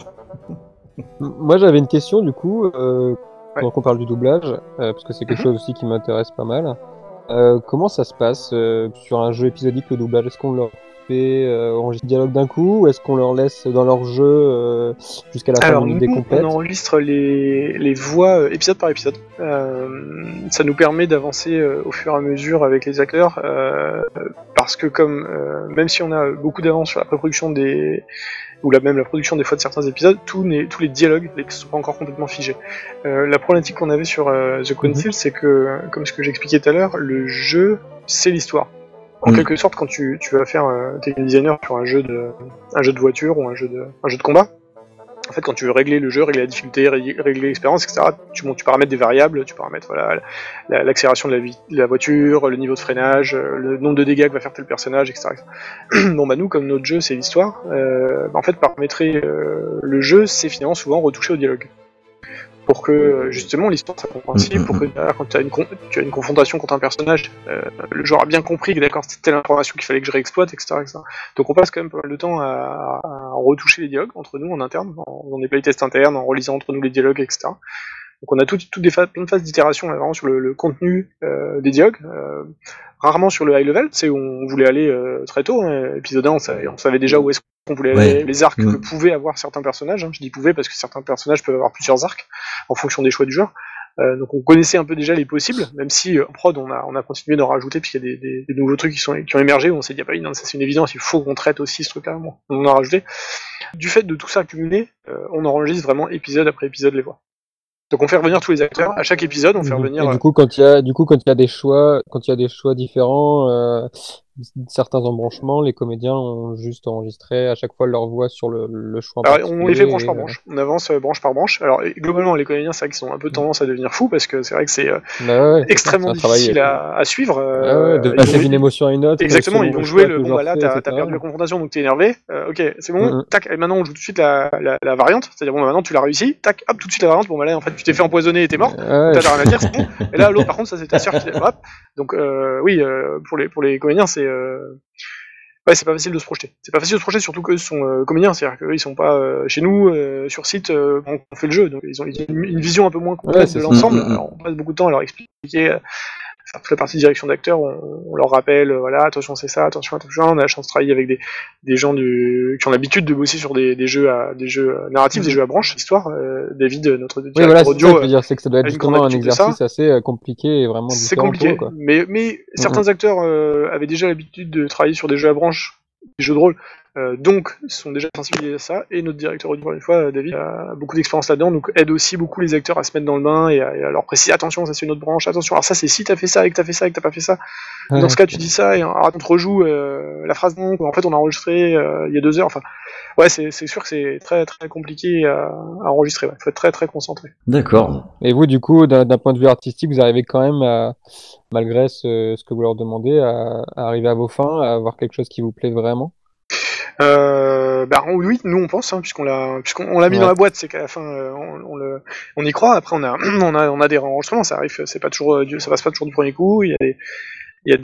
D: Moi j'avais une question du coup, quand on parle du doublage, parce que c'est quelque chose aussi qui m'intéresse pas mal. Comment ça se passe sur un jeu épisodique, le doublage? Est-ce qu'on leur fait enregistrer le dialogue d'un coup, ou est-ce qu'on leur laisse dans leur jeu jusqu'à la fin d'une idée complète?
E: On enregistre les voix épisode par épisode. Ça nous permet d'avancer au fur et à mesure avec les acteurs, parce que même si on a beaucoup d'avance sur la pré-production même la production des fois de certains épisodes, tous les dialogues ne sont pas encore complètement figés. La problématique qu'on avait sur The Council, c'est que, comme ce que j'expliquais tout à l'heure, le jeu, c'est l'histoire. En quelque sorte, quand tu vas faire t'es game designer sur un jeu de voiture ou un jeu de combat, en fait, quand tu veux régler le jeu, régler la difficulté, régler l'expérience, etc., tu paramètres des variables, tu paramètres l'accélération de la voiture, le niveau de freinage, le nombre de dégâts que va faire tel personnage, etc. Bon, nous, comme notre jeu, c'est l'histoire, en fait, paramétrer le jeu, c'est finalement souvent retoucher au dialogue. Pour que, justement, l'histoire soit compréhensible, pour que, quand tu as une confrontation contre un personnage, le joueur a bien compris que, d'accord, c'était telle information qu'il fallait que je réexploite, etc., etc. Donc on passe quand même pas mal de temps à retoucher les dialogues entre nous en interne, dans des playtests internes, en relisant entre nous les dialogues, etc. Donc on a plein de phases d'itération là, vraiment sur le contenu des dialogues, rarement sur le high level, c'est où on voulait aller très tôt. Épisode 1, on savait déjà où est-ce qu'on voulait aller, les arcs que pouvaient avoir certains personnages. Je dis pouvaient parce que certains personnages peuvent avoir plusieurs arcs en fonction des choix du joueur. Donc on connaissait un peu déjà les possibles, même si en prod on a continué d'en rajouter puisqu'il y a des nouveaux trucs qui ont émergé où on s'est dit ah, non, ça c'est une évidence, il faut qu'on traite aussi ce truc-là. Bon, on en a rajouté. Du fait de tout ça accumulé, on enregistre vraiment épisode après épisode les voix. Donc on fait revenir tous les acteurs à chaque épisode, on fait revenir.
D: Et du coup, quand il y a des choix différents, certains embranchements, les comédiens ont juste enregistré à chaque fois leur voix sur le choix.
E: Alors, on les fait branche par branche. On avance branche par branche. Alors globalement, les comédiens, c'est vrai qu'ils ont un peu tendance à devenir fous parce que c'est vrai que c'est extrêmement difficile à suivre.
D: De passer d'une émotion à une autre.
E: Exactement, ils vont jouer le bon, bah là, t'as perdu la confrontation, donc t'es énervé. Ok, c'est bon. Tac. Et maintenant, on joue tout de suite la variante. C'est-à-dire bon, bah, maintenant tu l'as réussi. Tac, hop, tout de suite la variante. Bon, bah là, en fait, tu t'es fait empoisonner et t'es mort. T'as rien à dire, c'est bon. Et là, l'autre, par contre, ça c'est ta sœur qui l'a. Donc oui, pour les comédiens, c'est c'est c'est pas facile de se projeter. C'est pas facile de se projeter, surtout qu'eux sont comédiens, c'est-à-dire qu'eux ils sont pas chez nous sur site on fait le jeu, donc ils ont une vision un peu moins complète de l'ensemble. Alors, on passe beaucoup de temps à leur expliquer. Faire toute la partie direction d'acteurs, on leur rappelle, voilà, attention c'est ça, attention. On a la chance de travailler avec des gens qui ont l'habitude de bosser sur des jeux narratifs, des jeux à branches, histoire. David, notre directeur audio,
D: ça, je veux dire, c'est que ça doit être justement un exercice assez compliqué et vraiment différent.
E: C'est compliqué,
D: quoi.
E: Mais certains acteurs avaient déjà l'habitude de travailler sur des jeux à branches, des jeux de rôle. Donc, ils sont déjà sensibilisés à ça, et notre directeur audio, une fois, David, a beaucoup d'expérience là-dedans, donc aide aussi beaucoup les acteurs à se mettre dans le bain et à leur préciser, attention, ça c'est une autre branche, attention, alors ça c'est si t'as fait ça et que t'as fait ça et que t'as pas fait ça, dans ce cas tu dis ça, et alors on te rejoue la phrase donc, en fait on a enregistré il y a 2 heures, enfin, ouais, c'est sûr que c'est très très compliqué à enregistrer, faut être très très concentré.
C: D'accord.
D: Et vous, du coup, d'un point de vue artistique, vous arrivez quand même malgré ce que vous leur demandez, à arriver à vos fins, à avoir quelque chose qui vous plaît vraiment?
E: Oui, nous on pense, puisqu'on l'a mis dans la boîte, c'est qu'à la fin on y croit. Après on a des enregistrements, ça arrive, ça passe pas toujours du premier coup. Il y a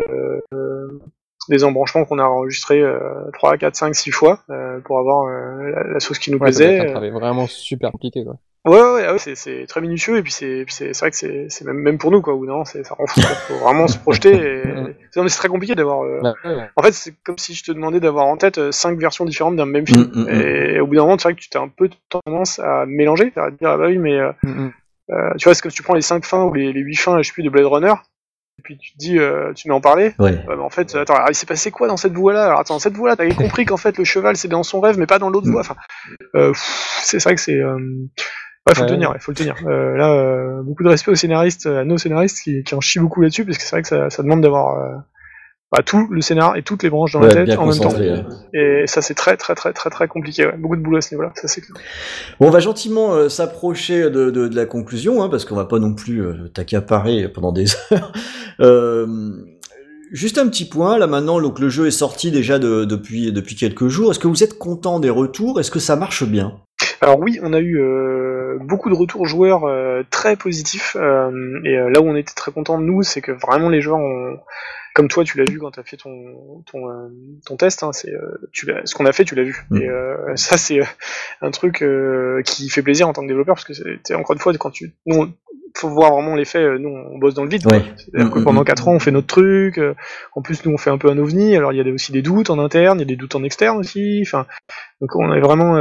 E: des embranchements qu'on a enregistrés 3, 4, 5, 6 fois pour avoir la sauce qui nous plaisait.
D: Ça travail vraiment super compliqué, quoi.
E: Ouais, c'est très minutieux, et puis c'est vrai que c'est même pour nous, quoi, ou non, ça rend fou, faut vraiment se projeter, mais c'est très compliqué d'avoir, en fait, c'est comme si je te demandais d'avoir en tête 5 versions différentes d'un même film, et au bout d'un moment, c'est vrai que tu as un peu tendance à mélanger, à dire, ah bah oui, mais, tu vois, c'est comme si tu prends les 5 fins, ou les 8 fins, je sais plus, de Blade Runner, et puis tu te dis, tu m'en parlais, en fait, attends, alors, il s'est passé quoi dans cette voie-là? Alors attends, cette voie-là, t'avais compris qu'en fait, le cheval, c'est dans son rêve, mais pas dans l'autre voie, enfin, c'est vrai que c'est, faut le tenir. Là, beaucoup de respect aux scénaristes, à nos scénaristes qui en chient beaucoup là-dessus, parce que c'est vrai que ça demande d'avoir tout le scénar et toutes les branches dans la tête en même temps. Et ça, c'est très très très très très compliqué. Ouais. Beaucoup de boulot à ce niveau-là, ça c'est clair.
C: Bon, on va gentiment s'approcher de la conclusion, parce qu'on va pas non plus t'accaparer pendant des heures. Juste un petit point, là maintenant, donc le jeu est sorti déjà depuis quelques jours. Est-ce que vous êtes content des retours? Est-ce que ça marche bien?
E: Alors oui, on a eu beaucoup de retours joueurs très positifs, et là où on était très content de nous, c'est que vraiment les joueurs ont, comme toi tu l'as vu quand tu as fait ton test, ce qu'on a fait tu l'as vu, et ça c'est un truc qui fait plaisir en tant que développeur, parce que c'est encore une fois quand faut voir vraiment l'effet, nous on bosse dans le vide, c'est-à-dire que pendant 4 ans on fait notre truc, en plus nous on fait un peu un ovni, alors il y a aussi des doutes en interne, il y a des doutes en externe aussi, enfin, donc on est vraiment,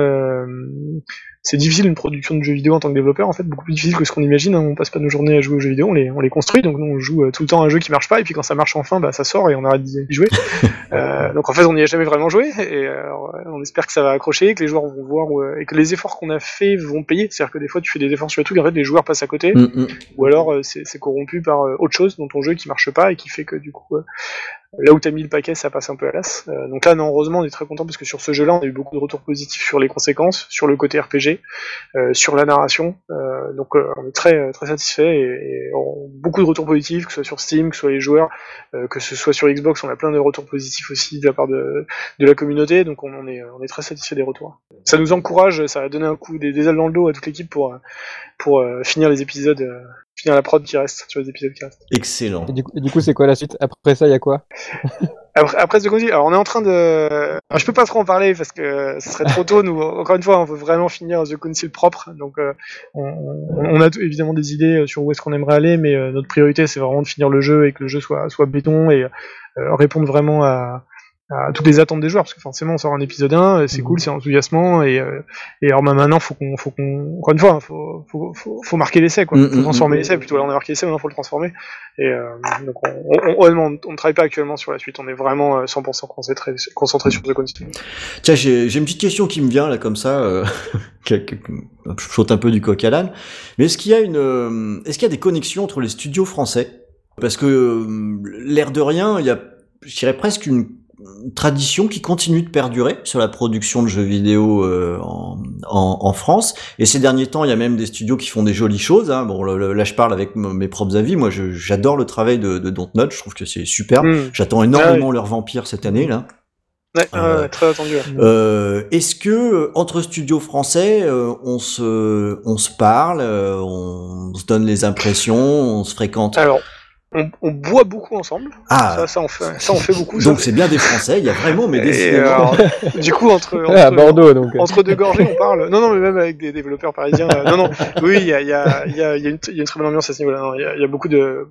E: c'est difficile une production de jeux vidéo en tant que développeur, en fait, beaucoup plus difficile que ce qu'on imagine, on passe pas nos journées à jouer aux jeux vidéo, on les construit, donc nous on joue tout le temps à un jeu qui marche pas, et puis quand ça marche enfin, ça sort et on arrête d'y jouer. Donc en fait on n'y a jamais vraiment joué, et on espère que ça va accrocher, que les joueurs vont voir, et que les efforts qu'on a fait vont payer, c'est-à-dire que des fois tu fais des efforts sur les trucs, en fait les joueurs passent à côté, ou alors c'est corrompu par autre chose dans ton jeu qui marche pas, et qui fait que du coup là où t'as mis le paquet, ça passe un peu à l'as. Donc là, non, heureusement, on est très content parce que sur ce jeu-là, on a eu beaucoup de retours positifs sur les conséquences, sur le côté RPG, sur la narration. Donc on est très très satisfait, et beaucoup de retours positifs, que ce soit sur Steam, que ce soit les joueurs, que ce soit sur Xbox, on a plein de retours positifs aussi de la part de la communauté. Donc on est très satisfait des retours. Ça nous encourage, ça va donner un coup des ailes dans le dos à toute l'équipe pour finir les épisodes. Finir la prod qui reste, sur les épisodes qui restent.
C: Excellent.
D: Et du coup, c'est quoi la suite? Après ça, il y a quoi?
E: Après The Gunsil, alors on est en train de... Alors, je peux pas trop en parler parce que ce serait trop tôt. Nous, encore une fois, on veut vraiment finir The Gunsil propre. Donc on a évidemment des idées sur où est-ce qu'on aimerait aller, mais notre priorité, c'est vraiment de finir le jeu et que le jeu soit béton et répondre vraiment à toutes les attentes des joueurs, parce que forcément on sort un épisode 1, c'est cool, c'est enthousiasmant, et alors maintenant faut qu'on encore une fois, faut marquer l'essai, quoi, faut transformer l'essai, plutôt là on a marqué l'essai, maintenant faut le transformer, et donc on ne travaille pas actuellement sur la suite, on est vraiment 100% concentré sur The Gunsil.
C: Tiens, j'ai une petite question qui me vient là comme ça, je saute un peu du coq à l'âne, mais est-ce qu'il y a des connexions entre les studios français? Parce que l'air de rien, il y a, je dirais presque une tradition qui continue de perdurer sur la production de jeux vidéo en France, et ces derniers temps il y a même des studios qui font des jolies choses, Bon, là je parle avec mes propres avis, moi j'adore le travail de Dontnod, je trouve que c'est super, j'attends énormément leur Vampire cette année là.
E: Très attendu.
C: Est-ce que entre studios français on se parle, on se donne les impressions, on se fréquente?
E: Alors On boit beaucoup ensemble.
C: Ah,
E: Ça on fait beaucoup.
C: donc
E: ça.
C: c'est bien des Français, il y a vraiment mais
E: Et,
C: décidément.
E: alors, du coup,
D: à Bordeaux, donc.
E: entre deux gorgées, on parle. Non, mais même avec des développeurs parisiens. Non. Oui, il y a une très bonne ambiance à ce niveau-là. Non, il y a beaucoup de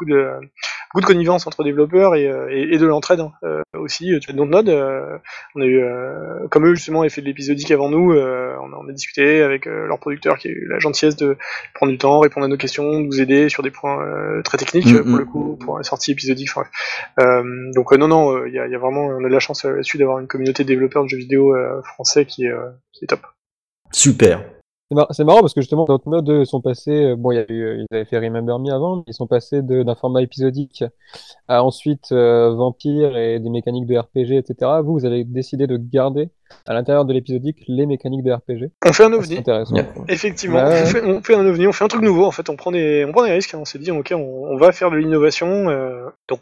E: connivence entre développeurs et de l'entraide aussi. Tu vois, Dontnod, on a eu, comme eux justement, avaient fait de l'épisodique avant nous, on a discuté avec leur producteur qui a eu la gentillesse de prendre du temps, répondre à nos questions, de nous aider sur des points très techniques pour le coup, pour la sortie épisodique. Enfin, donc non, il y a vraiment, on a de la chance là-dessus d'avoir une communauté de développeurs de jeux vidéo français qui est top.
C: Super.
D: C'est marrant parce que justement, Dontnod, eux, sont passés. Bon, ils avaient fait Remember Me avant, mais ils sont passés d'un format épisodique à ensuite Vampire et des mécaniques de RPG, etc. Vous avez décidé de garder à l'intérieur de l'épisodique les mécaniques de RPG.
E: On fait un
D: C'est
E: ovni.
D: intéressant.
C: Yeah.
E: Effectivement,
D: Ouais.
E: on fait un ovni, on fait un truc nouveau en fait, on prend des risques, hein. On s'est dit ok, on va faire de l'innovation, donc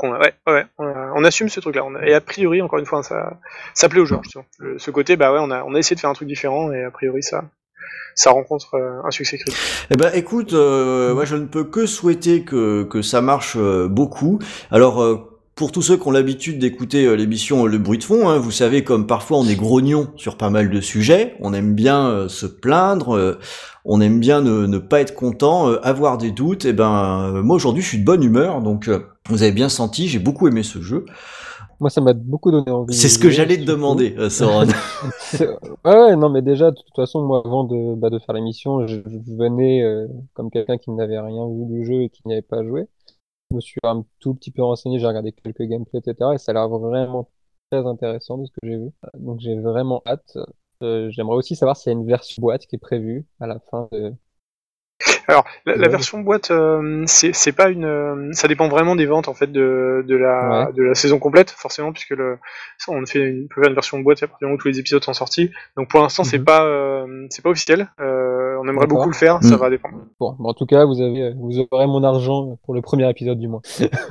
E: on assume ce truc-là. Et a priori, encore une fois, ça plaît aux joueurs. Justement. Ce côté, on a essayé de faire un truc différent et a priori ça rencontre un succès critique.
C: Eh ben, écoute, moi je ne peux que souhaiter que ça marche beaucoup. Alors, pour tous ceux qui ont l'habitude d'écouter l'émission Le Bruit de Fond, hein, vous savez comme parfois on est grognon sur pas mal de sujets, on aime bien se plaindre, on aime bien ne pas être content, avoir des doutes. Et ben, moi aujourd'hui je suis de bonne humeur, donc vous avez bien senti, j'ai beaucoup aimé ce jeu.
D: Moi, ça m'a beaucoup donné envie.
C: C'est ce que j'allais te demander, Soren.
D: Ouais, non, mais déjà, de toute façon, moi, avant de faire l'émission, je venais comme quelqu'un qui n'avait rien vu du jeu et qui n'y avait pas joué. Je me suis un tout petit peu renseigné, j'ai regardé quelques gameplays, etc. Et ça a l'air vraiment très intéressant de ce que j'ai vu. Donc, j'ai vraiment hâte. J'aimerais aussi savoir s'il y a une version boîte qui est prévue à la fin de...
E: Alors, la version boîte, c'est pas une, ça dépend vraiment des ventes en fait de la saison complète, forcément, puisque on peut faire une version boîte à partir du moment où tous les épisodes sont sortis. Donc pour l'instant, c'est pas officiel. On aimerait
D: D'accord.
E: beaucoup le faire, ça va dépendre.
D: Bon, en tout cas, vous aurez mon argent pour le premier épisode du mois.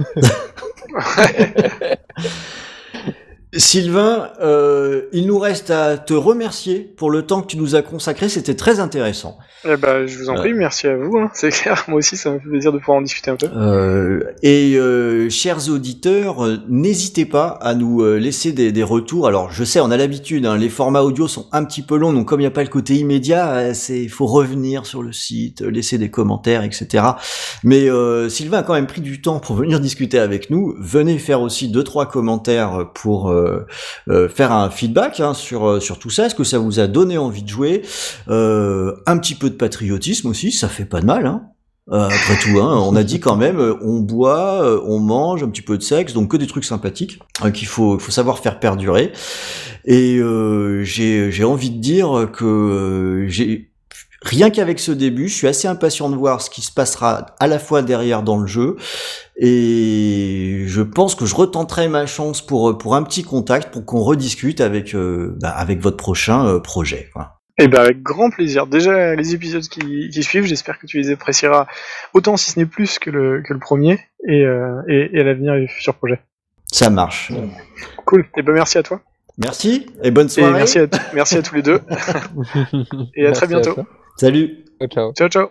C: Sylvain, il nous reste à te remercier pour le temps que tu nous as consacré, c'était très intéressant.
E: Eh ben, je vous en prie, merci à vous, hein. C'est clair, moi aussi ça me fait plaisir de pouvoir en discuter un peu.
C: Chers auditeurs, n'hésitez pas à nous laisser des retours. Alors je sais, on a l'habitude, hein, les formats audio sont un petit peu longs, donc comme il n'y a pas le côté immédiat, il faut revenir sur le site, laisser des commentaires, etc. Mais Sylvain a quand même pris du temps pour venir discuter avec nous. Venez faire aussi 2-3 commentaires pour faire un feedback sur tout ça. Est-ce que ça vous a donné envie de jouer? Un petit peu de patriotisme aussi, ça fait pas de mal, hein. Après tout, hein, on a dit quand même, on boit, on mange, un petit peu de sexe, donc que des trucs sympathiques qu'il faut savoir faire perdurer. Et j'ai envie de dire que rien qu'avec ce début, je suis assez impatient de voir ce qui se passera à la fois derrière dans le jeu, et je pense que je retenterai ma chance pour un petit contact, pour qu'on rediscute avec votre prochain projet, quoi.
E: Eh ben, avec grand plaisir. Déjà, les épisodes qui suivent, j'espère que tu les apprécieras autant, si ce n'est plus que le premier, et à l'avenir les futurs projets.
C: Ça marche.
E: Cool. Eh ben, merci à toi.
C: Merci, et bonne soirée.
E: Et merci à tous les deux. Et à très bientôt.
C: Salut.
D: Ciao.
E: Ciao, ciao.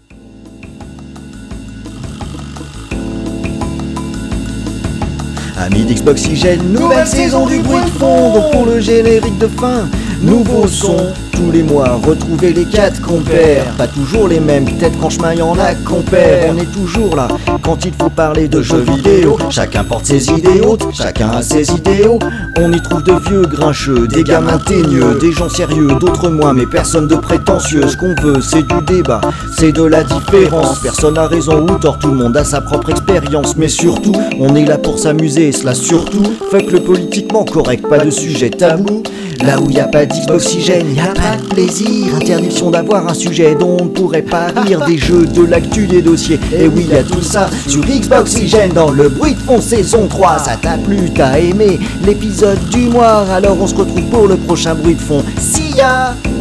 C: Amis d'Xboxygène, nouvelle saison du bruit de fond. Donc pour le générique de fin, nouveau son. Tous les mois, retrouvez les 4 compères. Pas toujours les mêmes, peut-être qu'en chemin y'en a compères. On est toujours là quand il faut parler de jeux vidéo. Chacun porte ses idées hautes, chacun a ses idéaux. On y trouve de vieux grincheux, des gamins teigneux, des gens sérieux, d'autres moins, mais personne de prétentieux. Ce qu'on veut, c'est du débat, c'est de la différence. Personne a raison ou tort, tout le monde a sa propre expérience. Mais surtout, on est là pour s'amuser, et cela surtout. Fuck le politiquement correct, pas de sujet tabou. Là où y a pas d'Xboxygène, y a pas de plaisir. Interdiction d'avoir un sujet dont on ne pourrait pas rire. Des jeux, de l'actu, des dossiers, et oui y a tout ça sur Xboxygène dans le bruit de fond saison 3. Ça t'a plu, t'as aimé l'épisode du mois, alors on se retrouve pour le prochain bruit de fond. See ya.